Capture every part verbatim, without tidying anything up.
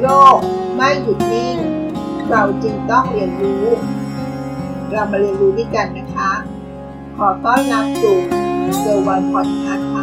กไม่หยุดนิ่งเราจึงต้องเรียนรู้เรามาเรียนรู้ด้วยกันนะคะขอต้อนรับสู่เซอร์วันพอดคาสต์ค่ะ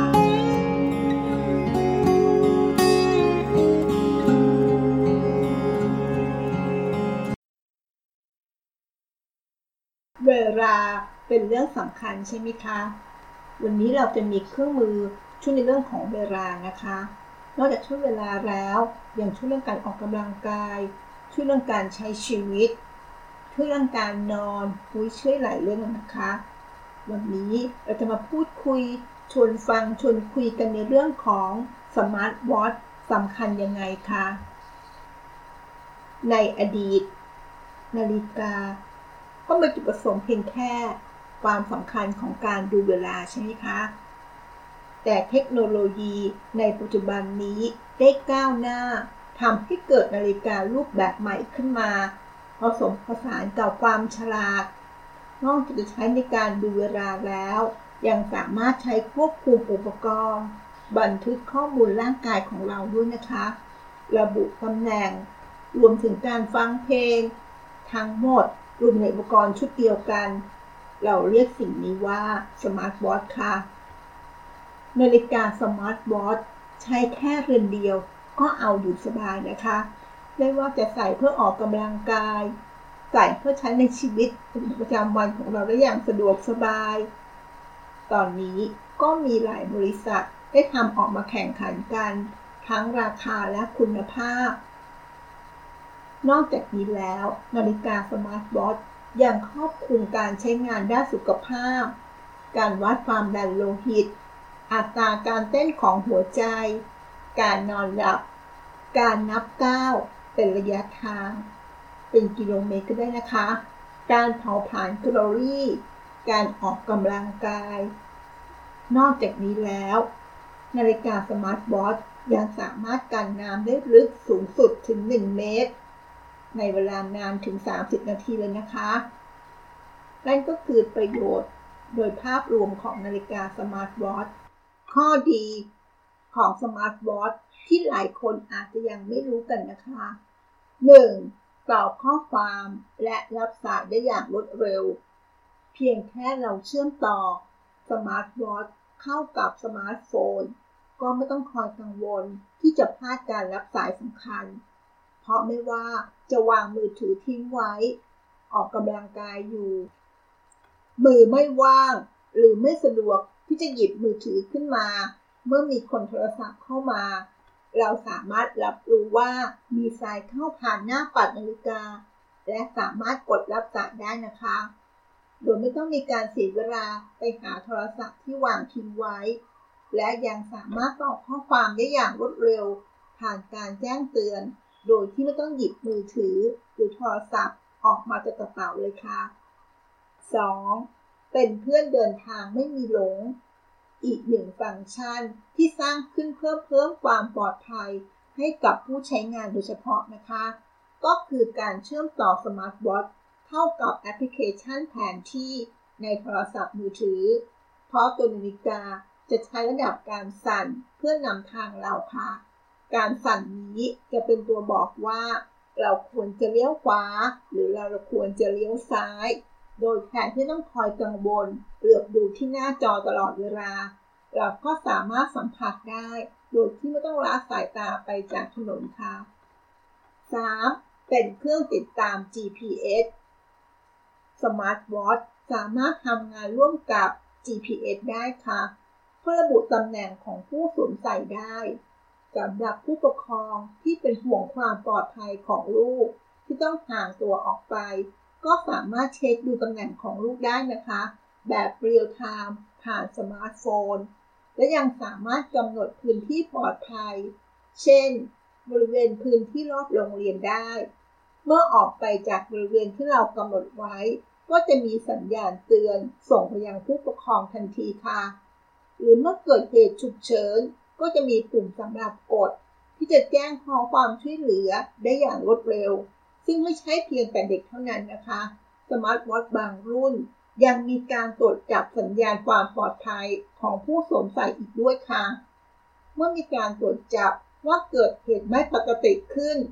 เวลาเป็นเรื่องสำคัญใช่ไหมคะวันนี้เราจะมีเครื่องมือช่วยในเรื่องของเวลานะคะนอกจากช่วยเวลาแล้วยังช่วยเรื่องการออกกำลังกายช่วยเรื่องการใช้ชีวิตช่วยเรื่องการนอนคุยช่วยหลายเรื่องนะคะวันนี้เราจะมาพูดคุยชวนฟังชวนคุยกันในเรื่องของสมาร์ทวอทช์สำคัญยังไงคะในอดีตนาฬิกาก็มีจุดประสงค์เพียงแค่ความสำคัญของการดูเวลาใช่ไหมคะแต่เทคโนโลยีในปัจจุบันนี้ได้ก้าวหน้าทำให้เกิดนาฬิการูปแบบใหม่ขึ้นมาผสมผสานกับความฉลาดนอกจากจะใช้ในการดูเวลาแล้วยังสามารถใช้ควบคุมอุปกรณ์บันทึกข้อมูลร่างกายของเราด้วยนะคะระบุตำแหน่งรวมถึงการฟังเพลงทั้งหมดรวมในอุปกรณ์ชุดเดียวกันเราเรียกสิ่งนี้ว่าสมาร์ทวอทช์ค่ะนาฬิกาสมาร์ทวอทช์ใช้แค่เรือนเดียวก็เอาอยู่สบายนะคะไม่ว่าจะใส่เพื่อออกกำลังกายใส่เพื่อใช้ในชีวิตประจำวันของเราได้อย่างสะดวกสบายตอนนี้ก็มีหลายบริษัทได้ทำออกมาแข่งขันกันทั้งราคาและคุณภาพนอกจากนี้แล้วนาฬิกาสมาร์ทวอทช์ยังครอบคลุมการใช้งานด้านสุขภาพการวัดความดันโลหิตอัตราการเต้นของหัวใจการนอนหลับการนับก้าวเป็นระยะทางเป็นกิโลเมตรก็ได้นะคะการเผาผลาญแคลอรี่การออกกำลังกายนอกจากนี้แล้วนาฬิกาสมาร์ทวอทช์ยังสามารถกันน้ำได้ลึกสูงสุดถึงหนึ่งเมตรในเวลานานถึงสามสิบนาทีเลยนะคะนั่นก็คือประโยชน์โดยภาพรวมของนาฬิกาสมาร์ทวอทช์ข้อดีของสมาร์ทวอทช์ที่หลายคนอาจจะยังไม่รู้กันนะคะ หนึ่ง. ตอบข้อความและรับสายได้อย่างรวดเร็วเพียงแค่เราเชื่อมต่อสมาร์ทวอทช์เข้ากับสมาร์ทโฟนก็ไม่ต้องคอยกังวลที่จะพลาดการรับสายสำคัญเพราะไม่ว่าจะวางมือถือทิ้งไว้ออกกำลังกายอยู่มือไม่ว่างหรือไม่สะดวกที่จะหยิบมือถือขึ้นมาเมื่อมีคนโทรศัพท์เข้ามาเราสามารถรับรู้ว่ามีสายเข้าผ่านหน้าปัดนาฬิกาและสามารถกดรับสายได้นะคะโดยไม่ต้องมีการเสียเวลาไปหาโทรศัพท์ที่วางทิ้งไว้และยังสามารถตอบข้อความได้อย่างรวดเร็วผ่านการแจ้งเตือนโดยที่ไม่ต้องหยิบมือถือหรือโทรศัพท์ออกมาจากกระเป๋าเลยค่ะ สอง. เป็นเพื่อนเดินทางไม่มีหลงอีกหนึ่งฟังก์ชันที่สร้างขึ้นเพื่อเพิ่มความปลอดภัยให้กับผู้ใช้งานโดยเฉพาะนะคะก็คือการเชื่อมต่อสมาร์ทวอทช์เข้ากับแอปพลิเคชันแผนที่ในโทรศัพท์มือถือเพราะตัวนาฬิกาจะใช้ระดับการสั่นเพื่อนำทางเราค่ะการสั่นนี้จะเป็นตัวบอกว่าเราควรจะเลี้ยวขวาหรือเราควรจะเลี้ยวซ้ายโดยแทนที่ต้องคอยกังวลเหลือบดูที่หน้าจอตลอดเวลาเราก็สามารถสัมผัสได้โดยที่ไม่ต้องละสายตาไปจากถนนค่ะ สาม. เป็นเครื่องติดตาม จี พี เอส สมาร์ทวอทช์สามารถทำงานร่วมกับ จี พี เอส ได้ค่ะเพื่อระบุตำแหน่งของผู้สวมใส่ได้สำหรับผู้ปกครองที่เป็นห่วงความปลอดภัยของลูกที่ต้องห่างตัวออกไปก็สามารถเช็คดูตำแหน่งของลูกได้นะคะแบบเรียลไทม์ผ่านสมาร์ทโฟนและยังสามารถกำหนดพื้นที่ปลอดภัยเช่นบริเวณพื้นที่รอบโรงเรียนได้เมื่อออกไปจากบริเวณที่เรากำหนดไว้ก็จะมีสัญญาณเตือนส่งไปยังผู้ปกครองทันทีค่ะหรือเมื่อเกิดเหตุฉุกเฉินก็จะมีปุ่มสำหรับกดที่จะแจ้งขอความช่วยเหลือได้อย่างรวดเร็วซึ่งไม่ใช่เพียงแต่เด็กเท่านั้นนะคะสมาร์ทวอทช์บางรุ่นยังมีการตรวจจับสัญญาณความปลอดภัยของผู้สวมใส่อีกด้วยค่ะเมื่อมีการตรวจจับว่าเกิดเหตุไม่ปกติขึ้น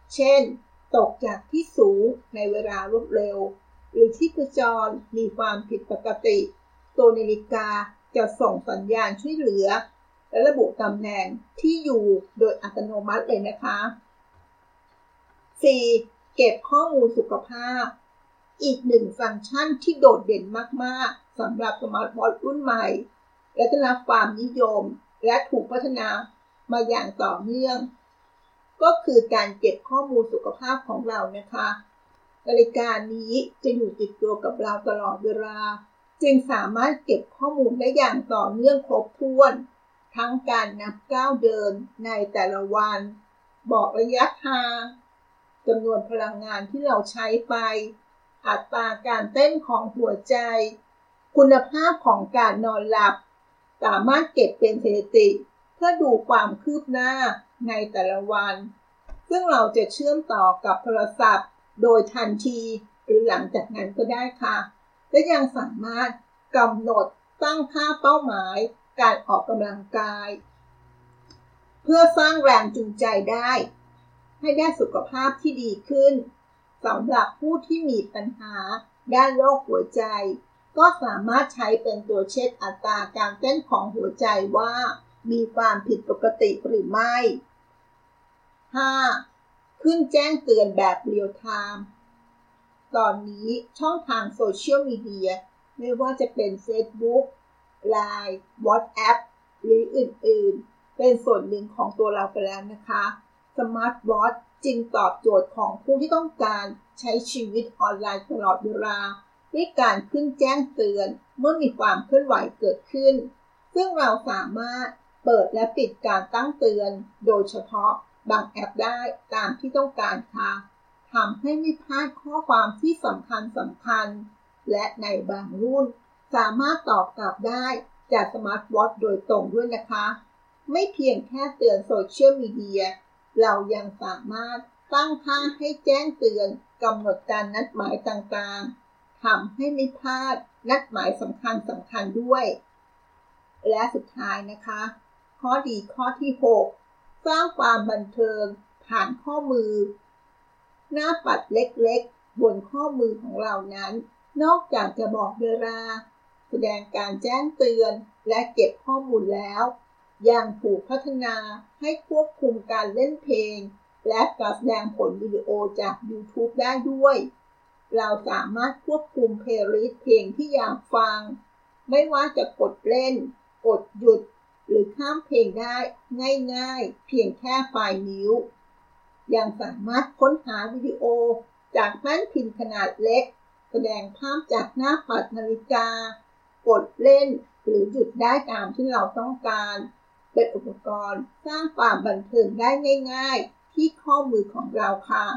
เช่นตกจากที่สูงในเวลารวดเร็วหรือชีพจรมีความผิดปกติตัวนาฬิกาจะส่งสัญญาณช่วยเหลือและระบุตำแหน่งที่อยู่โดยอัตโนมัติเลยนะคะ สี่. เก็บข้อมูลสุขภาพอีกหนึ่งฟังก์ชันที่โดดเด่นมากๆสำหรับสมาร์ทวอทช์รุ่นใหม่และได้รับความนิยมและถูกพัฒนามาอย่างต่อเนื่องก็คือการเก็บข้อมูลสุขภาพของเรานะคะนาฬิกานี้จะอยู่ติดตัวกับเราตลอดเวลาจึงสามารถเก็บข้อมูลได้อย่างต่อเนื่องครบถ้วนทั้งการนับก้าวเดินในแต่ละวันบอกระยะทางจำนวนพลังงานที่เราใช้ไปอัตราการเต้นของหัวใจคุณภาพของการนอนหลับสามารถเก็บเป็นสถิติเพื่อดูความคืบหน้าในแต่ละวันซึ่งเราจะเชื่อมต่อกับโทรศัพท์โดยทันทีหรือหลังจากนั้นก็ได้ค่ะและยังสามารถกำหนดตั้งค่าเป้าหมายการออกกำลังกายเพื่อสร้างแรงจูงใจได้ให้ได้สุขภาพที่ดีขึ้นสำหรับผู้ที่มีปัญหาด้านโรคหัวใจก็สามารถใช้เป็นตัวเช็คอัตราการเต้นของหัวใจว่ามีความผิดปกติหรือไม่ ห้า. ขึ้นแจ้งเตือนแบบเรียลไทม์ตอนนี้ช่องทางโซเชียลมีเดียไม่ว่าจะเป็น Facebook ไลน์ WhatsApp หรืออื่นๆเป็นส่วนหนึ่งของตัวเราไปแล้วนะคะสมาร์ทวอทช์จึงตอบโจทย์ของผู้ที่ต้องการใช้ชีวิตออนไลน์ตลอดเวลาด้วยการขึ้นแจ้งเตือนเมื่อมีความเคลื่อนไหวเกิดขึ้นซึ่งเราสามารถเปิดและปิดการตั้งเตือนโดยเฉพาะบางแอปได้ตามที่ต้องการค่ะทำให้ไม่พลาดข้อความที่สำคัญสำคัญและในบางรุ่นสามารถตอบกลับได้จากสมาร์ทวอทช์โดยตรงด้วยนะคะไม่เพียงแค่เตือนโซเชียลมีเดียเรายังสามารถตั้งค่าให้แจ้งเตือนกำหนดการนัดหมายต่างๆทำให้ไม่พลาดนัดหมายสำคัญสำคัญด้วยและสุดท้ายนะคะข้อดีข้อที่หกสร้างความบันเทิงผ่านข้อมือหน้าปัดเล็กๆบนข้อมือของเรานั้นนอกจากจะบอกเวลาแสดงการแจ้งเตือนและเก็บข้อมูลแล้วยังถูกพัฒนาให้ควบคุมการเล่นเพลงและการแสดงผลวิดีโอจาก YouTube ได้ด้วยเราสามารถควบคุมเพลย์ลิสต์เพลงที่อยากฟังไม่ว่าจะกดเล่นกดหยุดหรือข้ามเพลงได้ง่ายๆเพียงแค่ปลายนิ้วยังสามารถค้นหาวิดีโอจากแป้นพิมพ์ขนาดเล็กแสดงภาพจากหน้าปัดนาฬิกากดเล่นหรือหยุดได้ตามที่เราต้องการเป็นอุปกรณ์สร้างความบันเทิงได้ง่ายๆที่ข้อมือของเราค่ะ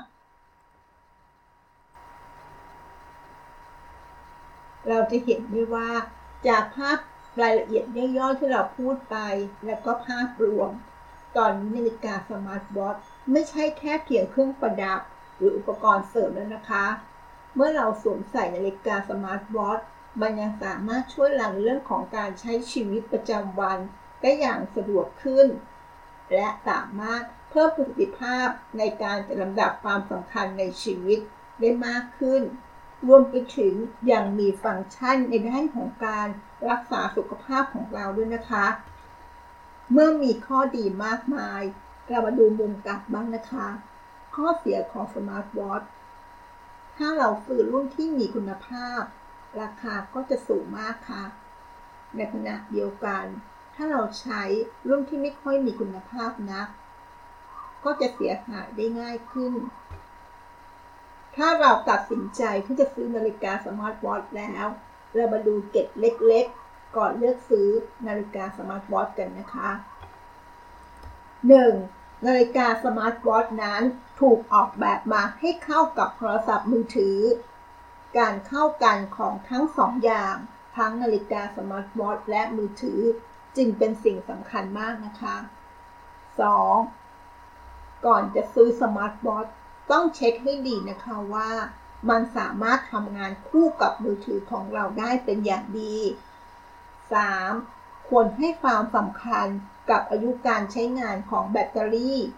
เราจะเห็นได้ว่าจากภาพรายละเอียดย่อยๆที่เราพูดไปแล้วก็ภาพรวมตอนนี้นาฬิกาสมาร์ทวอทช์ไม่ใช่แค่เพียงเครื่องประดับหรืออุปกรณ์เสริมแล้วนะคะเมื่อเราสวมใส่นาฬิกาสมาร์ทวอทช์มันยังสามารถช่วยหลังเรื่องของการใช้ชีวิตประจำวันได้อย่างสะดวกขึ้นและสามารถเพิ่มประสิทธิภาพในการจัดลำดับความสำคัญในชีวิตได้มากขึ้นรวมไปถึงยังมีฟังก์ชันในด้านของการรักษาสุขภาพของเราด้วยนะคะเมื่อมีข้อดีมากมายเรามาดูมุมกลับบ้างนะคะข้อเสียของสมาร์ทวอทช์ถ้าเราซื้อรุ่นที่มีคุณภาพราคาก็จะสูงมากค่ะในขณะเดียวกันถ้าเราใช้รุ่นที่ไม่ค่อยมีคุณภาพนักก็จะเสียหายได้ง่ายขึ้นถ้าเราตัดสินใจที่จะซื้อนาฬิกาสมาร์ทวอทช์แล้วเรามาดูเกร็ดเล็กๆก่อนเลือกซื้อนาฬิกาสมาร์ทวอทช์กันนะคะ หนึ่ง. นาฬิกาสมาร์ทวอทช์นั้นถูกออกแบบมาให้เข้ากับโทรศัพท์มือถือการเข้ากันของทั้งสองอย่างทั้งนาฬิกาสมาร์ทวอทช์และมือถือจึงเป็นสิ่งสำคัญมากนะคะ สอง. ก่อนจะซื้อสมาร์ทวอทช์ต้องเช็คให้ดีนะคะว่ามันสามารถทำงานคู่กับมือถือของเราได้เป็นอย่างดี สาม. ควรให้ความสำคัญกับอายุการใช้งานของแบตเตอรี่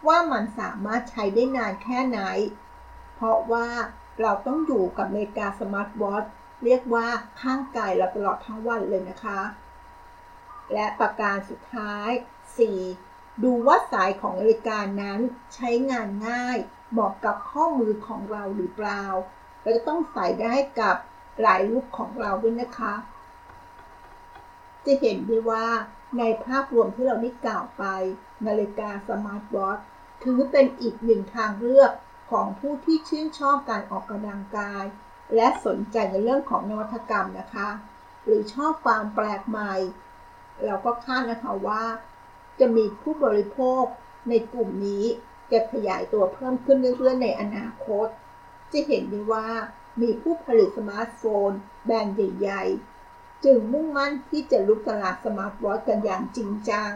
ว่ามันสามารถใช้ได้นานแค่ไหนเพราะว่าเราต้องอยู่กับนาฬิกาสมาร์ทวอทช์เรียกว่าข้างกายเราตลอดทั้งวันเลยนะคะและประการสุดท้าย สี่ ดูว่าสายของนาฬิกานั้นใช้งานง่ายเหมาะกับข้อมือของเราหรือเปล่าเราจะต้องใส่ได้กับหลายลุคของเราด้วยนะคะจะเห็นได้ว่าในภาพรวมที่เราได้กล่าวไปนาฬิกาสมาร์ทวอทช์ถือเป็นอีกหนึ่งทางเลือกของผู้ที่ชื่นชอบการออกกำลังกายและสนใจในเรื่องของนวัตกรรมนะคะหรือชอบความแปลกใหม่เราก็คาดนะคะว่าจะมีผู้บริโภคในกลุ่มนี้จะขยายตัวเพิ่มขึ้นเรื่อยๆในอนาคตจะเห็นได้ว่ามีผู้ผลิตสมาร์ทโฟนแบรนด์ใหญ่ๆจึงมุ่งมั่นที่จะลุกตลาดสมาร์ทวอทช์กันอย่างจริงจัง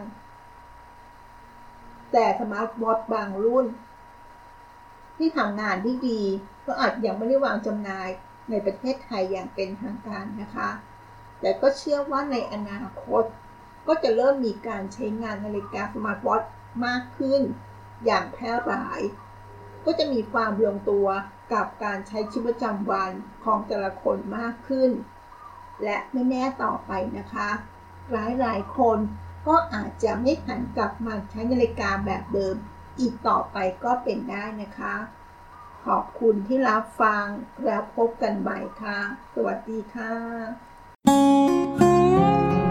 แต่สมาร์ทวอทช์บางรุ่นที่ทำงานได้ดีก็อาจยังไม่ได้วางจำหน่ายในประเทศไทยอย่างเป็นทางการนะคะแต่ก็เชื่อว่าในอนาคตก็จะเริ่มมีการใช้งานนาฬิกาสมาร์ทวอทช์มากขึ้นอย่างแพร่หลายก็จะมีความลงตัวกับการใช้ชีวิตประจำวันของแต่ละคนมากขึ้นและไม่แน่ต่อไปนะคะหลายๆคนก็อาจจะไม่หันกลับมาใช้นาฬิกาแบบเดิมอีกต่อไปก็เป็นได้นะคะขอบคุณที่รับฟังแล้วพบกันใหม่ค่ะสวัสดีค่ะ